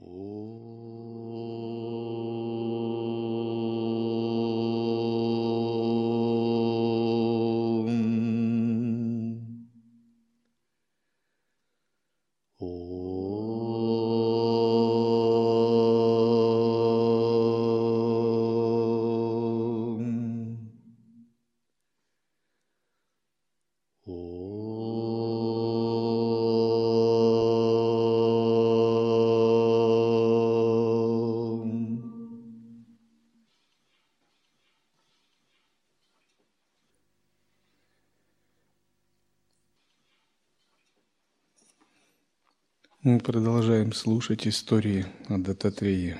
Мы продолжаем слушать истории о Даттатрея.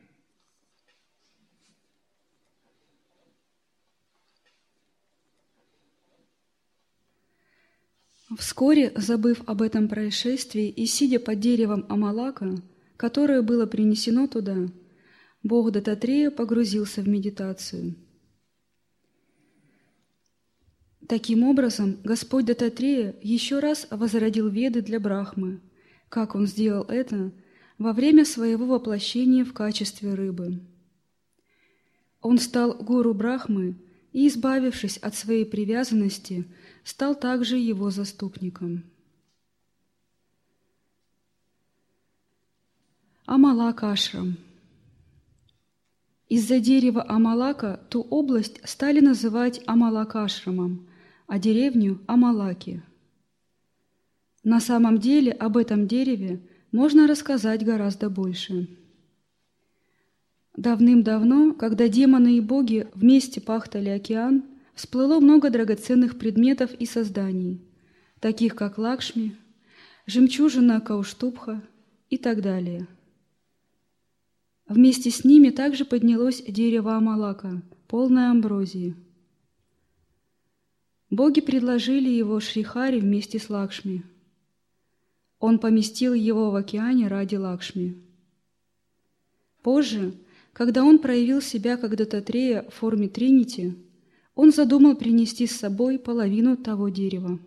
Вскоре, забыв об этом происшествии и сидя под деревом Амалака, которое было принесено туда, Бог Даттатрея погрузился в медитацию. Таким образом, Господь Даттатрея еще раз возродил Веды для Брахмы, как Он сделал это во время своего воплощения в качестве рыбы. Он стал гуру Брахмы и, избавившись от своей привязанности, стал также его заступником. Амалак-ашрам. Из-за дерева Амалака ту область стали называть Амалак-ашрамом, а деревню – Амалаки. На самом деле об этом дереве можно рассказать гораздо больше. Давным-давно, когда демоны и боги вместе пахтали океан, всплыло много драгоценных предметов и созданий, таких как Лакшми, жемчужина Кауштубха и так далее. Вместе с ними также поднялось дерево Амалака, полное амброзии. Боги предложили его Шрихари вместе с Лакшми. Он поместил его в океане ради Лакшми. Позже, когда он проявил себя как Даттатрея в форме Тринити, он задумал принести с собой половину того дерева.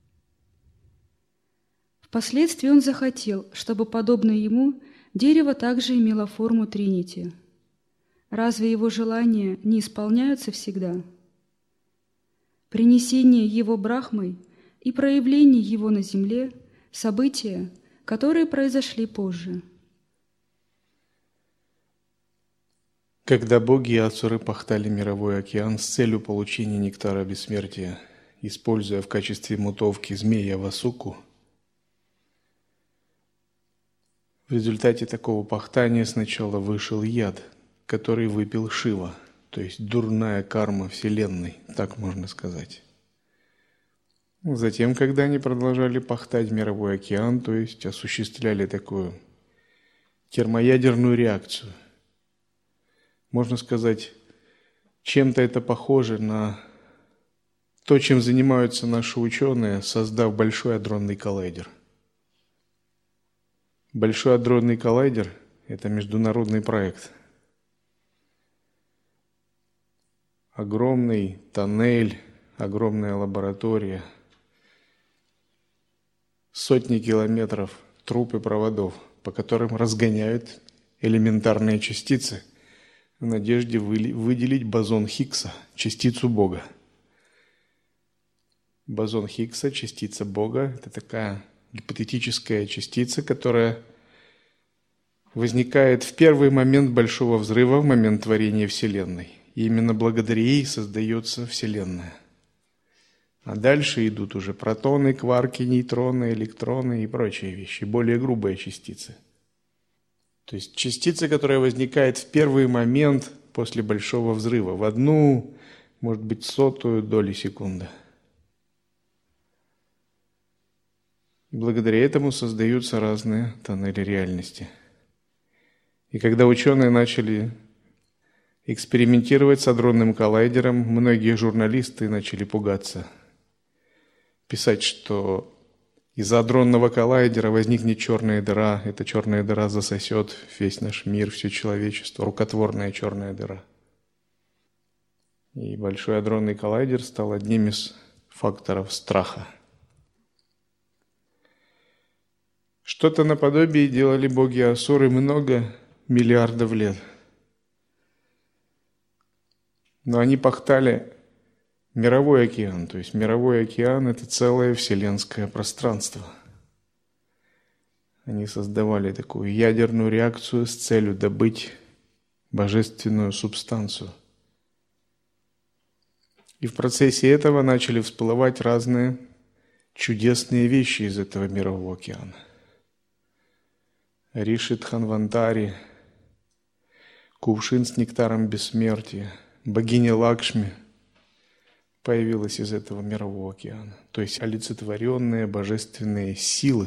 Впоследствии он захотел, чтобы, подобно ему, дерево также имело форму Тринити. Разве его желания не исполняются всегда? Принесение его Брахмой и проявление его на земле – события, которые произошли позже. Когда боги и асуры пахтали мировой океан с целью получения нектара бессмертия, используя в качестве мутовки змея Васуку, в результате такого пахтания сначала вышел яд, который выпил Шива, то есть дурная карма Вселенной, так можно сказать. Затем, когда они продолжали пахтать мировой океан, то есть осуществляли такую термоядерную реакцию, можно сказать, чем-то это похоже на то, чем занимаются наши ученые, создав Большой адронный коллайдер. Большой адронный коллайдер – это международный проект. Огромный тоннель, огромная лаборатория, сотни километров труб и проводов, по которым разгоняют элементарные частицы в надежде выделить бозон Хиггса, частицу Бога. Бозон Хиггса, частица Бога – это такая гипотетическая частица, которая возникает в первый момент Большого взрыва, в момент творения Вселенной. И именно благодаря ей создается Вселенная. А дальше идут уже протоны, кварки, нейтроны, электроны и прочие вещи, более грубые частицы. То есть частица, которая возникает в первый момент после Большого взрыва, в 1, может быть, 100 долю секунды. И благодаря этому создаются разные тоннели реальности. И когда ученые начали экспериментировать с адронным коллайдером, многие журналисты начали пугаться. Писать, что из-за адронного коллайдера возникнет черная дыра, эта черная дыра засосет весь наш мир, все человечество, рукотворная черная дыра. И Большой адронный коллайдер стал одним из факторов страха. Что-то наподобие делали боги Асуры много миллиардов лет. Но они пахтали мировой океан, то есть мировой океан – это целое вселенское пространство. Они создавали такую ядерную реакцию с целью добыть божественную субстанцию. И в процессе этого начали всплывать разные чудесные вещи из этого мирового океана. Риши Дханвантари, кувшин с нектаром бессмертия, богиня Лакшми появилась из этого мирового океана. То есть олицетворенные божественные силы.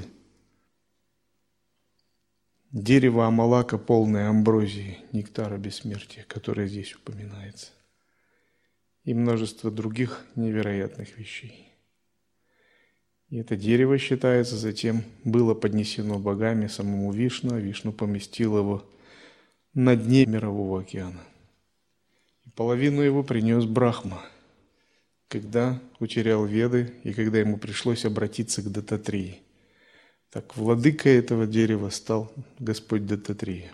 Дерево Амалака, полное амброзии, нектара бессмертия, которое здесь упоминается. И множество других невероятных вещей. И это дерево, считается, затем было поднесено богами самому Вишну, а Вишну поместил его на дне мирового океана. И половину его принес Брахма, когда утерял Веды и когда ему пришлось обратиться к Даттатрее. Так владыкой этого дерева стал Господь Даттатрия.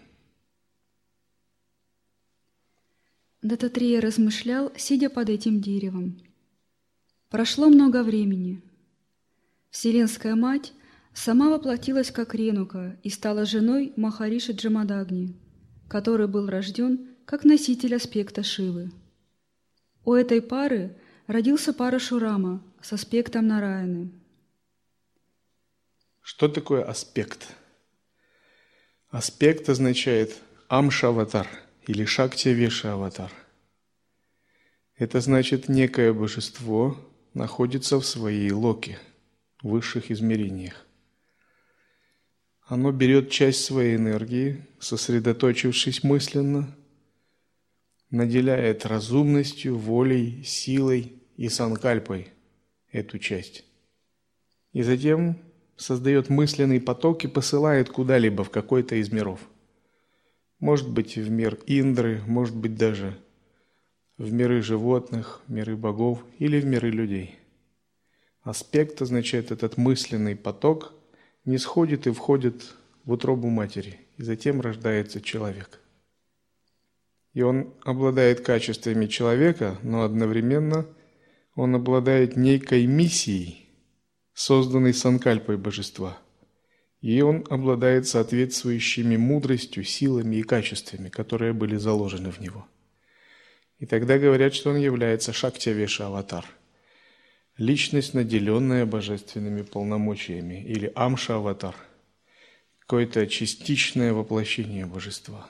Даттатрия размышлял, сидя под этим деревом. Прошло много времени. Вселенская Мать сама воплотилась как Ренука и стала женой Махариши Джамадагни, который был рожден как носитель аспекта Шивы. У этой пары родился Парашурама с аспектом Нараяны. Что такое аспект? Аспект означает Амша-аватар или Шакти-веша-аватар. Это значит, некое божество находится в своей локе, в высших измерениях. Оно берет часть своей энергии, сосредоточившись мысленно, наделяет разумностью, волей, силой и санкальпой эту часть. И затем создает мысленный поток и посылает куда-либо в какой-то из миров. Может быть, в мир Индры, может быть, даже в миры животных, миры богов или в миры людей. Аспект означает, этот мысленный поток не сходит и входит в утробу матери, и затем рождается человек. И он обладает качествами человека, но одновременно он обладает некой миссией, созданной санкальпой божества. И он обладает соответствующими мудростью, силами и качествами, которые были заложены в него. И тогда говорят, что он является Шакти-веша-аватар. Личность, наделенная божественными полномочиями, или Амша-аватар. Какое-то частичное воплощение божества.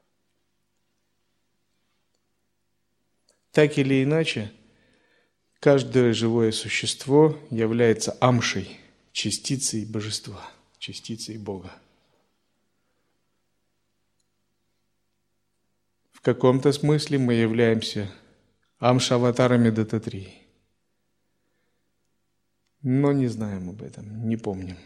Так или иначе, каждое живое существо является амшей, частицей божества, частицей Бога. В каком-то смысле мы являемся амша-аватарами Даттатрии. Но не знаем об этом, не помним.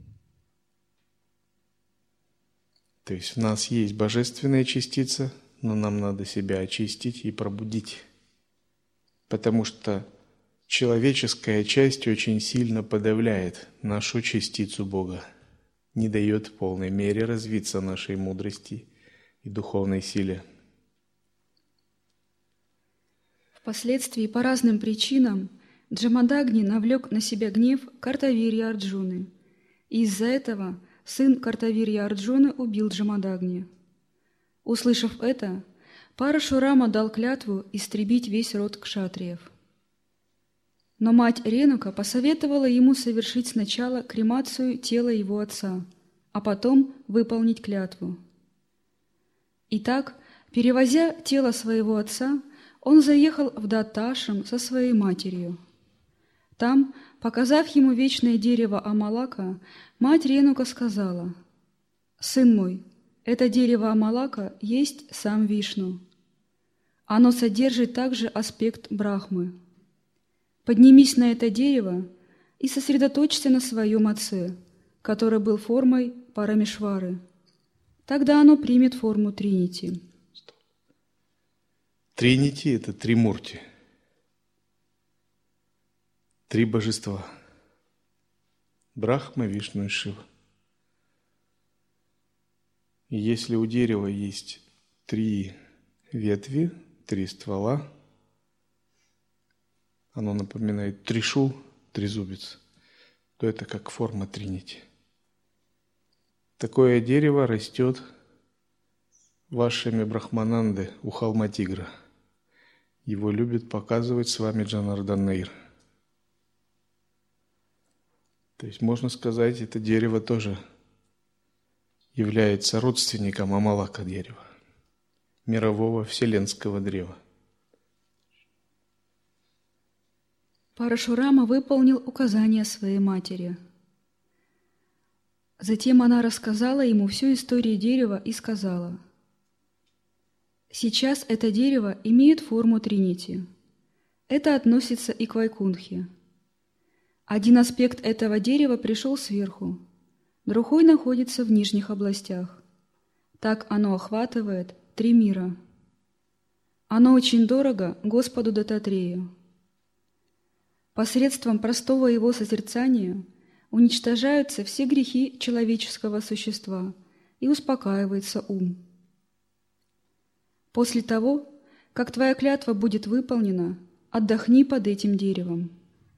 То есть в нас есть божественная частица, но нам надо себя очистить и пробудить. Потому что человеческая часть очень сильно подавляет нашу частицу Бога, не дает в полной мере развиться нашей мудрости и духовной силе. Впоследствии по разным причинам Джамадагни навлек на себя гнев Картавирья Арджуны, и из-за этого сын Картавирья Арджуны убил Джамадагни. Услышав это, Парашурама дал клятву истребить весь род кшатриев. Но мать Ренука посоветовала ему совершить сначала кремацию тела его отца, а потом выполнить клятву. Итак, перевозя тело своего отца, он заехал в Датташрам со своей матерью. Там, показав ему вечное дерево Амалака, мать Ренука сказала: «Сын мой, это дерево Амалака есть сам Вишну. Оно содержит также аспект Брахмы. Поднимись на это дерево и сосредоточься на своем отце, который был формой Парамешвары. Тогда оно примет форму Тринити». Тринити – это Тримурти. Три божества. Брахма, Вишну и Шива. И если у дерева есть 3 ветви, 3 ствола, оно напоминает тришу, трезубец, то это как форма Тринити. Такое дерево растет в ашраме Брахмананды у холма Тигра. Его любит показывать Свами Джанардан Нейр. То есть, можно сказать, это дерево тоже является родственником Амалака дерева, мирового вселенского древа. Парашурама выполнил указания своей матери. Затем она рассказала ему всю историю дерева и сказала: «Сейчас это дерево имеет форму Тринити. Это относится и к Вайкунтхе. Один аспект этого дерева пришел сверху, другой находится в нижних областях. Так оно охватывает 3 мира. Оно очень дорого Господу Даттатрею. Посредством простого его созерцания уничтожаются все грехи человеческого существа и успокаивается ум. После того, как твоя клятва будет выполнена, отдохни под этим деревом».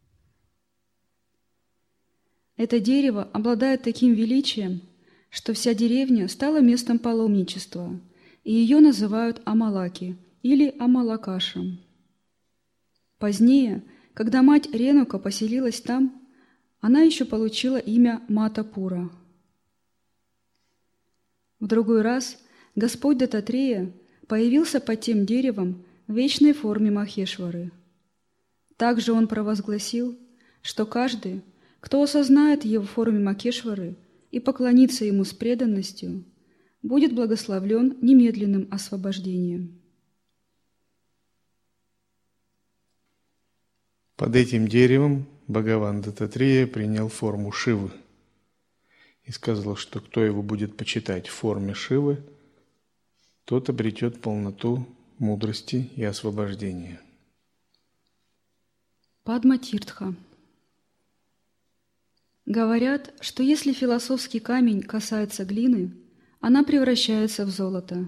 Это дерево обладает таким величием, что вся деревня стала местом паломничества, и ее называют Амалаки или Амалакашем. Позднее, когда мать Ренука поселилась там, она еще получила имя Матапура. В другой раз Господь Даттатрея появился под тем деревом в вечной форме Махешвары. Также он провозгласил, что каждый, кто осознает его в форме Махешвары и поклонится ему с преданностью, будет благословлен немедленным освобождением. Под этим деревом Бхагаван Даттатрея принял форму Шивы и сказал, что кто его будет почитать в форме Шивы, тот обретет полноту мудрости и освобождения. Падма-тиртха. Говорят, что если философский камень касается глины, она превращается в золото.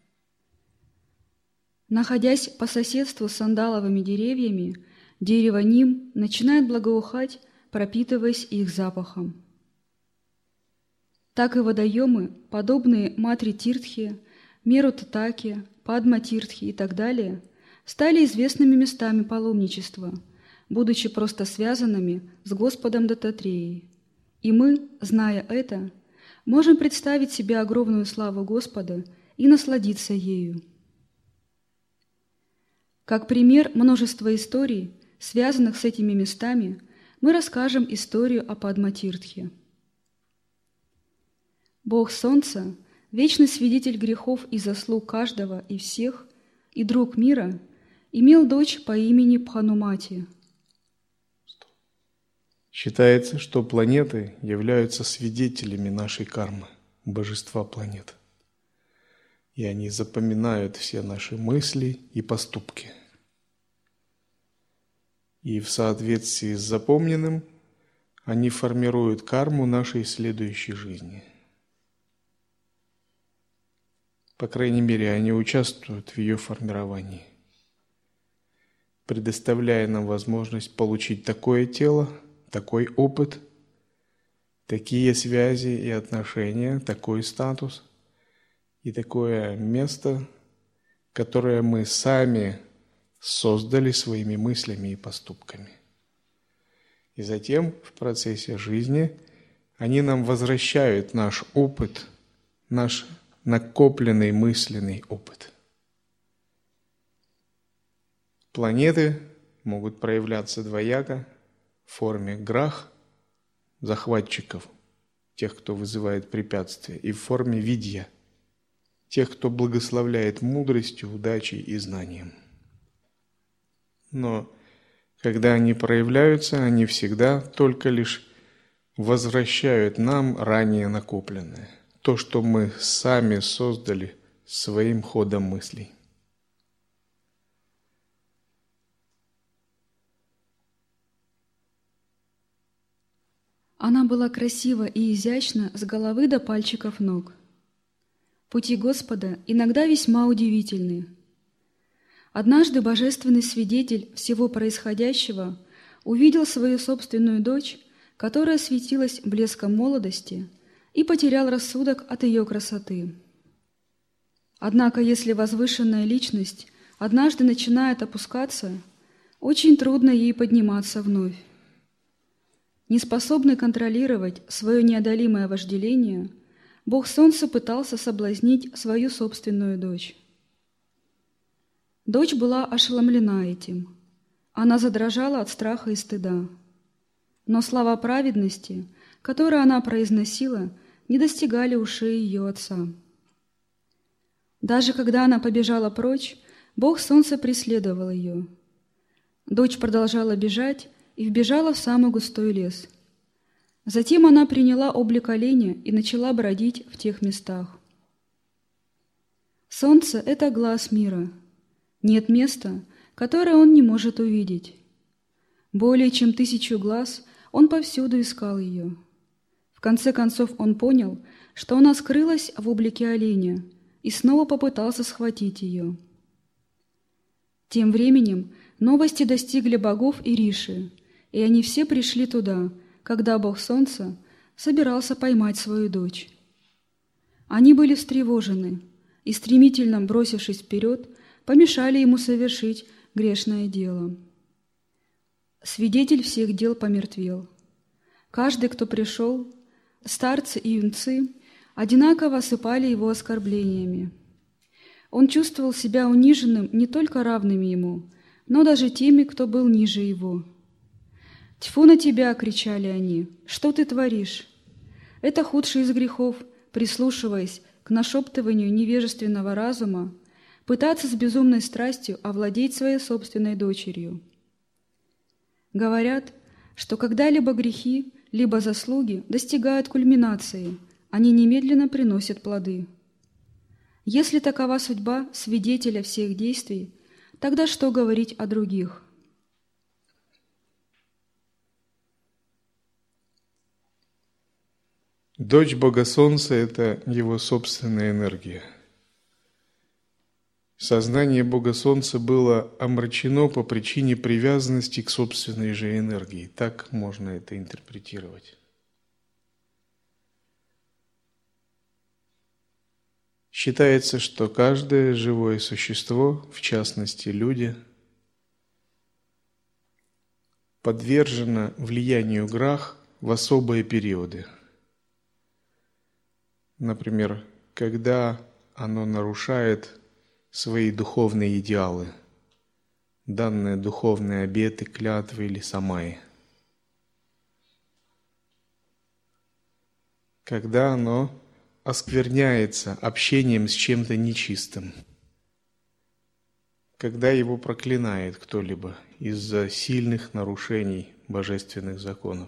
Находясь по соседству с сандаловыми деревьями, дерево ним начинает благоухать, пропитываясь их запахом. Так и водоемы, подобные Матри-тиртхе, Меру-татаке, Падма-тиртхе и так далее, стали известными местами паломничества, будучи просто связанными с Господом Даттатреей. И мы, зная это, можем представить себе огромную славу Господа и насладиться ею. Как пример множества историй, связанных с этими местами, мы расскажем историю о Падма-тиртхе. Бог Солнца, вечный свидетель грехов и заслуг каждого и всех, и друг мира, имел дочь по имени Бханумати. Считается, что планеты являются свидетелями нашей кармы, божества планет. И они запоминают все наши мысли и поступки. И в соответствии с запомненным они формируют карму нашей следующей жизни. По крайней мере, они участвуют в ее формировании, предоставляя нам возможность получить такое тело, такой опыт, такие связи и отношения, такой статус и такое место, которое мы сами создали своими мыслями и поступками. И затем в процессе жизни они нам возвращают наш опыт, наш накопленный мысленный опыт. Планеты могут проявляться двояко в форме грах, захватчиков, тех, кто вызывает препятствия, и в форме видья, тех, кто благословляет мудростью, удачей и знанием. Но когда они проявляются, они всегда только лишь возвращают нам ранее накопленное, то, что мы сами создали своим ходом мыслей. Она была красива и изящна с головы до пальчиков ног. Пути Господа иногда весьма удивительны. Однажды божественный свидетель всего происходящего увидел свою собственную дочь, которая светилась блеском молодости, и потерял рассудок от ее красоты. Однако, если возвышенная личность однажды начинает опускаться, очень трудно ей подниматься вновь. Неспособный контролировать свое неодолимое вожделение, Бог Солнца пытался соблазнить свою собственную дочь. Дочь была ошеломлена этим. Она задрожала от страха и стыда. Но слова праведности, которые она произносила, не достигали ушей ее отца. Даже когда она побежала прочь, Бог Солнца преследовал ее. Дочь продолжала бежать и вбежала в самый густой лес. Затем она приняла облик оленя и начала бродить в тех местах. Солнце — это глаз мира. Нет места, которое он не может увидеть. Более чем 1000 глаз он повсюду искал ее. В конце концов он понял, что она скрылась в облике оленя, и снова попытался схватить ее. Тем временем новости достигли богов и Риши, и они все пришли туда, когда Бог Солнца собирался поймать свою дочь. Они были встревожены и, стремительно бросившись вперед, помешали ему совершить грешное дело. Свидетель всех дел помертвел. Каждый, кто пришел, старцы и юнцы, одинаково осыпали его оскорблениями. Он чувствовал себя униженным не только равными ему, но даже теми, кто был ниже его. «Тьфу на тебя!» — кричали они. «Что ты творишь?» Это худший из грехов, прислушиваясь к нашептыванию невежественного разума, пытаться с безумной страстью овладеть своей собственной дочерью. Говорят, что когда-либо грехи, либо заслуги достигают кульминации, они немедленно приносят плоды. Если такова судьба свидетеля всех действий, тогда что говорить о других? Дочь Бога Солнца – это его собственная энергия. Сознание Бога Солнца было омрачено по причине привязанности к собственной же энергии. Так можно это интерпретировать. Считается, что каждое живое существо, в частности люди, подвержено влиянию грах в особые периоды. Например, когда оно нарушает свои духовные идеалы, данные духовные обеты, клятвы или самаи. Когда оно оскверняется общением с чем-то нечистым, когда его проклинает кто-либо из-за сильных нарушений божественных законов.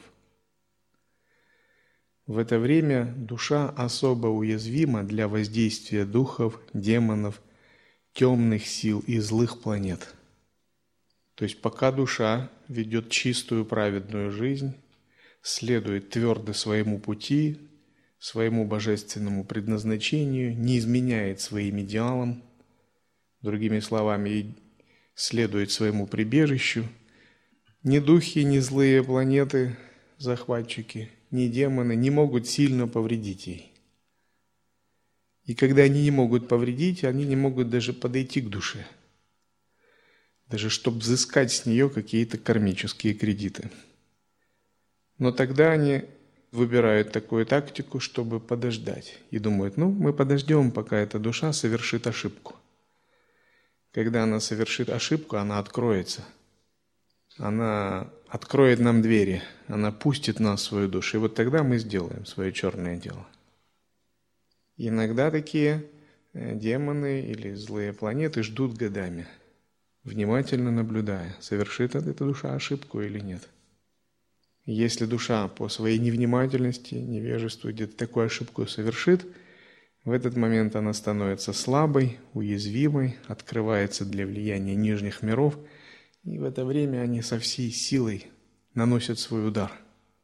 В это время душа особо уязвима для воздействия духов, демонов, темных сил и злых планет. То есть пока душа ведет чистую праведную жизнь, следует твердо своему пути, своему божественному предназначению, не изменяет своим идеалам, другими словами, следует своему прибежищу, ни духи, ни злые планеты, захватчики, ни демоны не могут сильно повредить ей. И когда они не могут повредить, они не могут даже подойти к душе, даже чтобы взыскать с нее какие-то кармические кредиты. Но тогда они выбирают такую тактику, чтобы подождать. И думают, мы подождем, пока эта душа совершит ошибку. Когда она совершит ошибку, она откроется. Она откроет нам двери, она пустит нас в свою душу. И вот тогда мы сделаем свое черное дело. Иногда такие демоны или злые планеты ждут годами, внимательно наблюдая, совершит эта душа ошибку или нет. Если душа по своей невнимательности, невежеству где-то такую ошибку совершит, в этот момент она становится слабой, уязвимой, открывается для влияния нижних миров, и в это время они со всей силой наносят свой удар,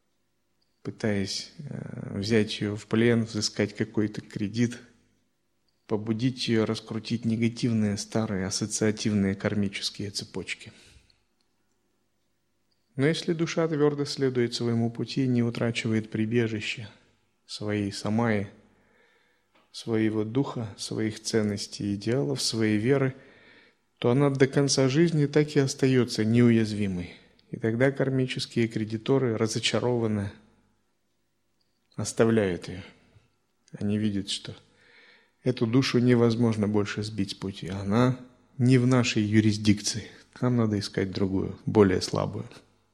пытаясь взять ее в плен, взыскать какой-то кредит побудить ее раскрутить негативные старые ассоциативные кармические цепочки. Но если душа твердо следует своему пути, не утрачивает прибежище своей самаи, своего духа, своих ценностей, идеалов, своей веры, то она до конца жизни так и остается неуязвимой. И тогда кармические кредиторы, разочарованные, оставляют ее. Они видят, что эту душу невозможно больше сбить с пути. Она не в нашей юрисдикции. Нам надо искать другую, более слабую.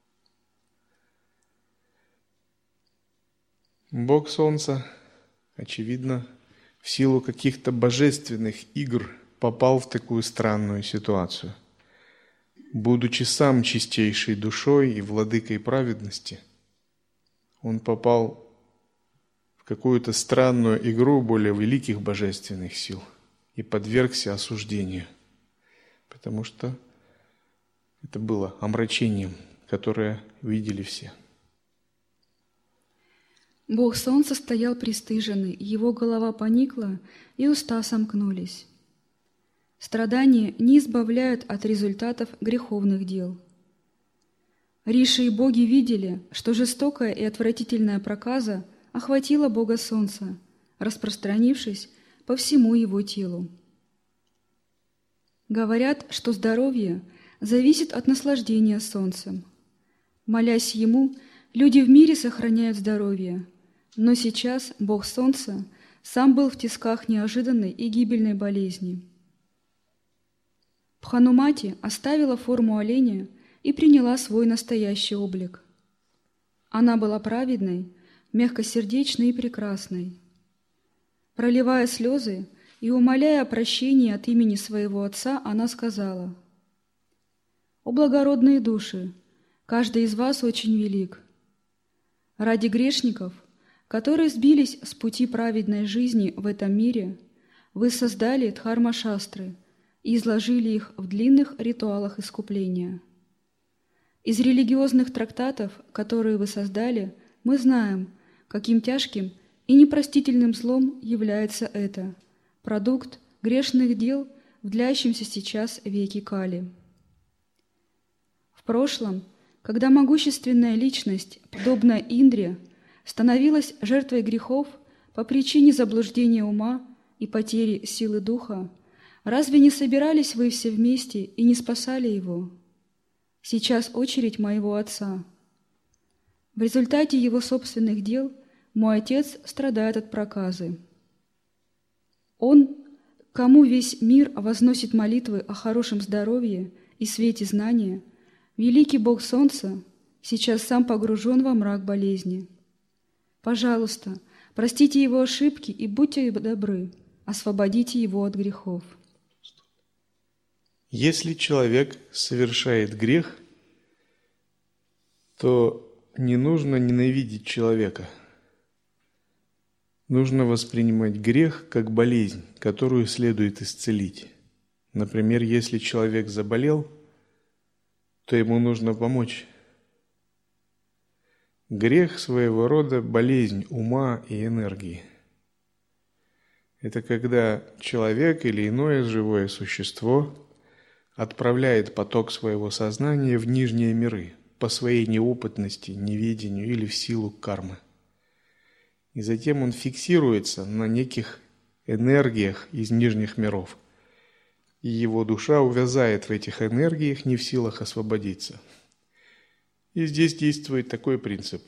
Бог Солнца, очевидно, в силу каких-то божественных игр попал в такую странную ситуацию. Будучи сам чистейшей душой и владыкой праведности, он попал в какую-то странную игру более великих божественных сил и подвергся осуждению, потому что это было омрачением, которое видели все. Бог Солнца стоял пристыженный, его голова поникла, и уста сомкнулись. Страдания не избавляют от результатов греховных дел. Риши и боги видели, что жестокая и отвратительная проказа охватила Бога Солнца, распространившись по всему его телу. Говорят, что здоровье зависит от наслаждения Солнцем. Молясь Ему, люди в мире сохраняют здоровье, но сейчас Бог Солнца сам был в тисках неожиданной и гибельной болезни. Бханумати оставила форму оленя и приняла свой настоящий облик. Она была праведной, мягкосердечной и прекрасной. Проливая слезы и умоляя о прощении от имени своего отца, она сказала: «О благородные души, каждый из вас очень велик. Ради грешников, которые сбились с пути праведной жизни в этом мире, вы создали дхарма-шастры и изложили их в длинных ритуалах искупления. Из религиозных трактатов, которые вы создали, мы знаем, каким тяжким и непростительным злом является это, продукт грешных дел в длящемся сейчас веке Кали. В прошлом, когда могущественная личность, подобная Индре, становилась жертвой грехов по причине заблуждения ума и потери силы духа, разве не собирались вы все вместе и не спасали его? Сейчас очередь моего отца. В результате его собственных дел мой отец страдает от проказы. Он, кому весь мир возносит молитвы о хорошем здоровье и свете знания, великий Бог Солнца, сейчас сам погружен во мрак болезни. Пожалуйста, простите его ошибки и будьте добры, освободите его от грехов. Если человек совершает грех, то не нужно ненавидеть человека. Нужно воспринимать грех как болезнь, которую следует исцелить. Например, если человек заболел, то ему нужно помочь. Грех своего рода болезнь ума и энергии. Это когда человек или иное живое существо отправляет поток своего сознания в нижние миры по своей неопытности, неведению или в силу кармы. И затем он фиксируется на неких энергиях из нижних миров. И его душа увязает в этих энергиях, не в силах освободиться. И здесь действует такой принцип.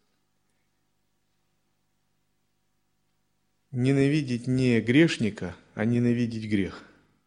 Ненавидеть не грешника, а ненавидеть грех.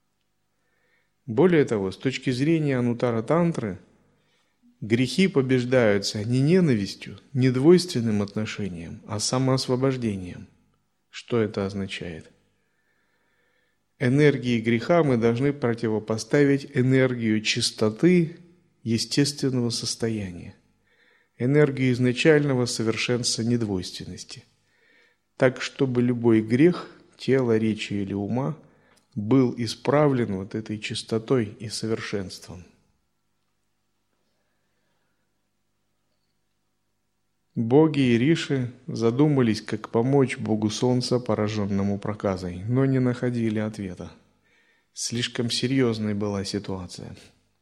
Более того, с точки зрения Анутара-тантры, грехи побеждаются не ненавистью, не двойственным отношением, а самоосвобождением. Что это означает? Энергии греха мы должны противопоставить энергию чистоты естественного состояния, энергию изначального совершенства недвойственности, так, чтобы любой грех тела, речи или ума был исправлен вот этой чистотой и совершенством. Боги и риши задумались, как помочь богу солнца, пораженному проказой, но не находили ответа. Слишком серьезной была ситуация.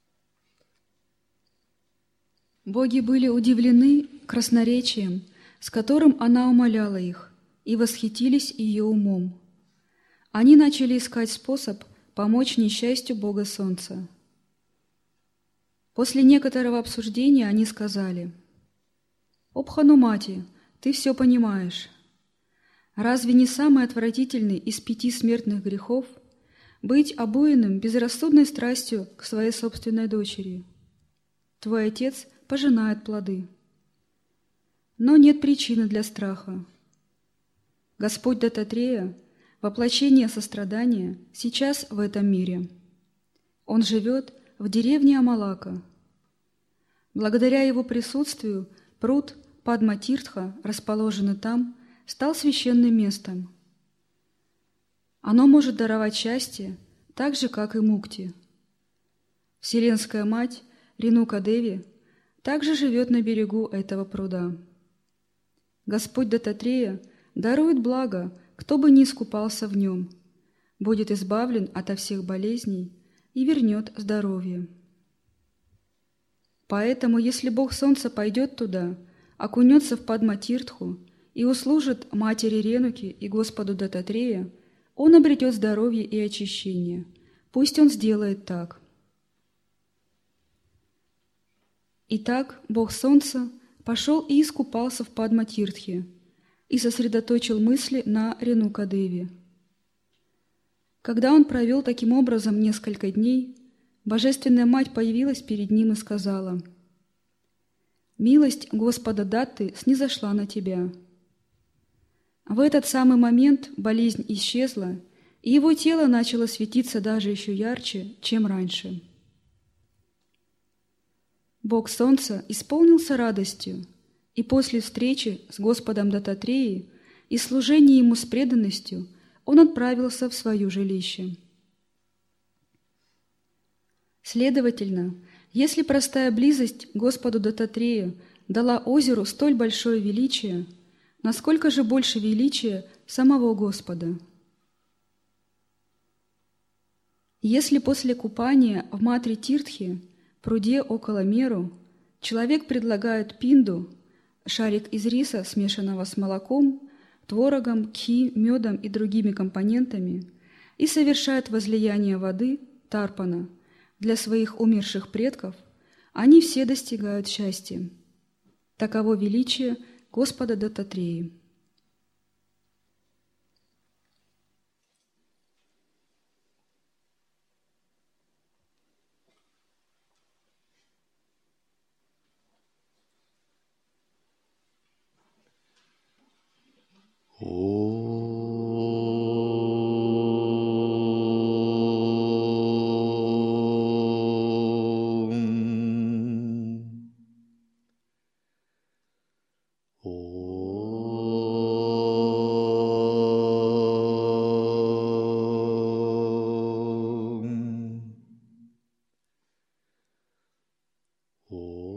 Боги были удивлены красноречием, с которым она умоляла их, и восхитились ее умом. Они начали искать способ помочь несчастью бога солнца. После некоторого обсуждения они сказали: «О Бханумати, ты все понимаешь. Разве не самый отвратительный из 5 смертных грехов быть обуянным безрассудной страстью к своей собственной дочери? Твой отец пожинает плоды. Но нет причины для страха. Господь Даттатрея, воплощение сострадания, сейчас в этом мире. Он живет в деревне Амалака. Благодаря его присутствию пруд Падма-Тиртха, расположенный там, стал священным местом. Оно может даровать счастье, так же, как и мукти. Вселенская мать Ренука-Деви также живет на берегу этого пруда. Господь Даттатрея дарует благо, кто бы ни искупался в нем, будет избавлен ото всех болезней и вернет здоровье. Поэтому, если Бог Солнца пойдет туда, окунется в Падма-Тиртху и услужит матери Ренуки и Господу Даттатрея, он обретет здоровье и очищение. Пусть он сделает так. Итак, Бог Солнца пошел и искупался в Падма-Тиртхе и сосредоточил мысли на Ренука-Деви. Когда он провел таким образом несколько дней, Божественная Мать появилась перед ним и сказала: «Милость Господа Датты снизошла на тебя». В этот самый момент болезнь исчезла, и его тело начало светиться даже еще ярче, чем раньше. Бог Солнца исполнился радостью, и после встречи с Господом Даттатреей и служения Ему с преданностью он отправился в свое жилище. Следовательно, если простая близость к Господу Даттатрею дала озеру столь большое величие, насколько же больше величия самого Господа? Если после купания в Матри-Тиртхе, пруде около Меру, человек предлагает пинду, шарик из риса, смешанного с молоком, творогом, кхи, медом и другими компонентами, и совершает возлияние воды, тарпана, для своих умерших предков, они все достигают счастья. Таково величие Господа Даттатреи. Om